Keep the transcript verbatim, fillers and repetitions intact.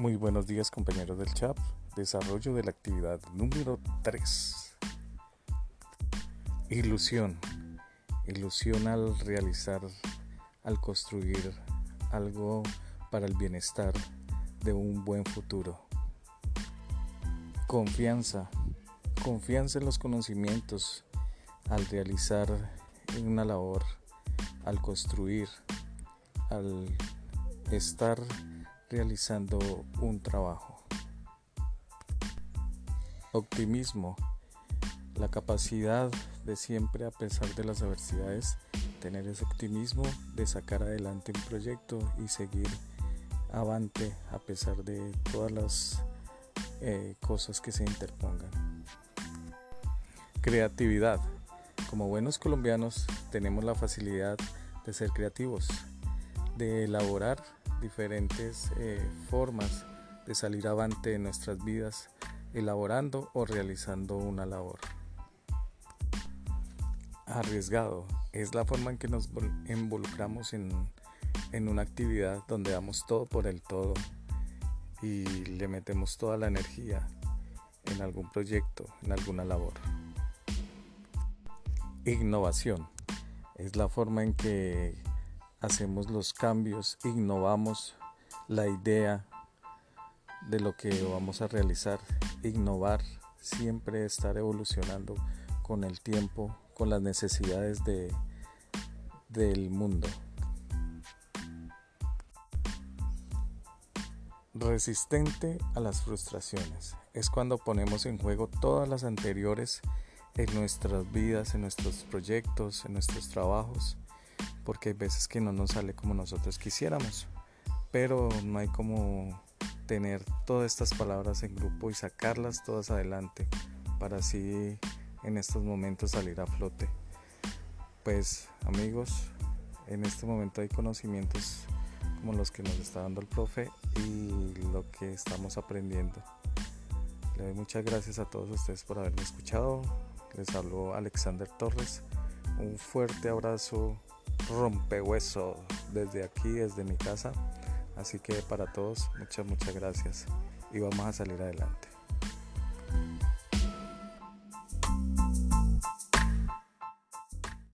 Muy buenos días, compañeros del chat. Desarrollo de la actividad número tres. Ilusión. Ilusión al realizar, al construir algo para el bienestar de un buen futuro. Confianza. Confianza en los conocimientos al realizar una labor, al construir, al estar realizando un trabajo. Optimismo, la capacidad de siempre, a pesar de las adversidades, tener ese optimismo de sacar adelante un proyecto y seguir avante a pesar de todas las eh, cosas que se interpongan. Creatividad, como buenos colombianos tenemos la facilidad de ser creativos, de elaborar diferentes eh, formas de salir avante en nuestras vidas, elaborando o realizando una labor. Arriesgado es la forma en que nos involucramos en, en una actividad donde damos todo por el todo y le metemos toda la energía en algún proyecto, en alguna labor. Innovación es la forma en que hacemos los cambios, innovamos la idea de lo que vamos a realizar. Innovar, siempre estar evolucionando con el tiempo, con las necesidades de, del mundo. Resistente a las frustraciones es cuando ponemos en juego todas las anteriores en nuestras vidas, en nuestros proyectos, en nuestros trabajos, porque hay veces que no nos sale como nosotros quisiéramos, pero no hay como tener todas estas palabras en grupo y sacarlas todas adelante para así en estos momentos salir a flote. Pues amigos, en este momento hay conocimientos como los que nos está dando el profe y lo que estamos aprendiendo. Le doy muchas gracias a todos ustedes por haberme escuchado. Les habló Alexander Torres. Un fuerte abrazo rompehueso desde aquí, desde mi casa. Así que para todos, muchas, muchas gracias y vamos a salir adelante.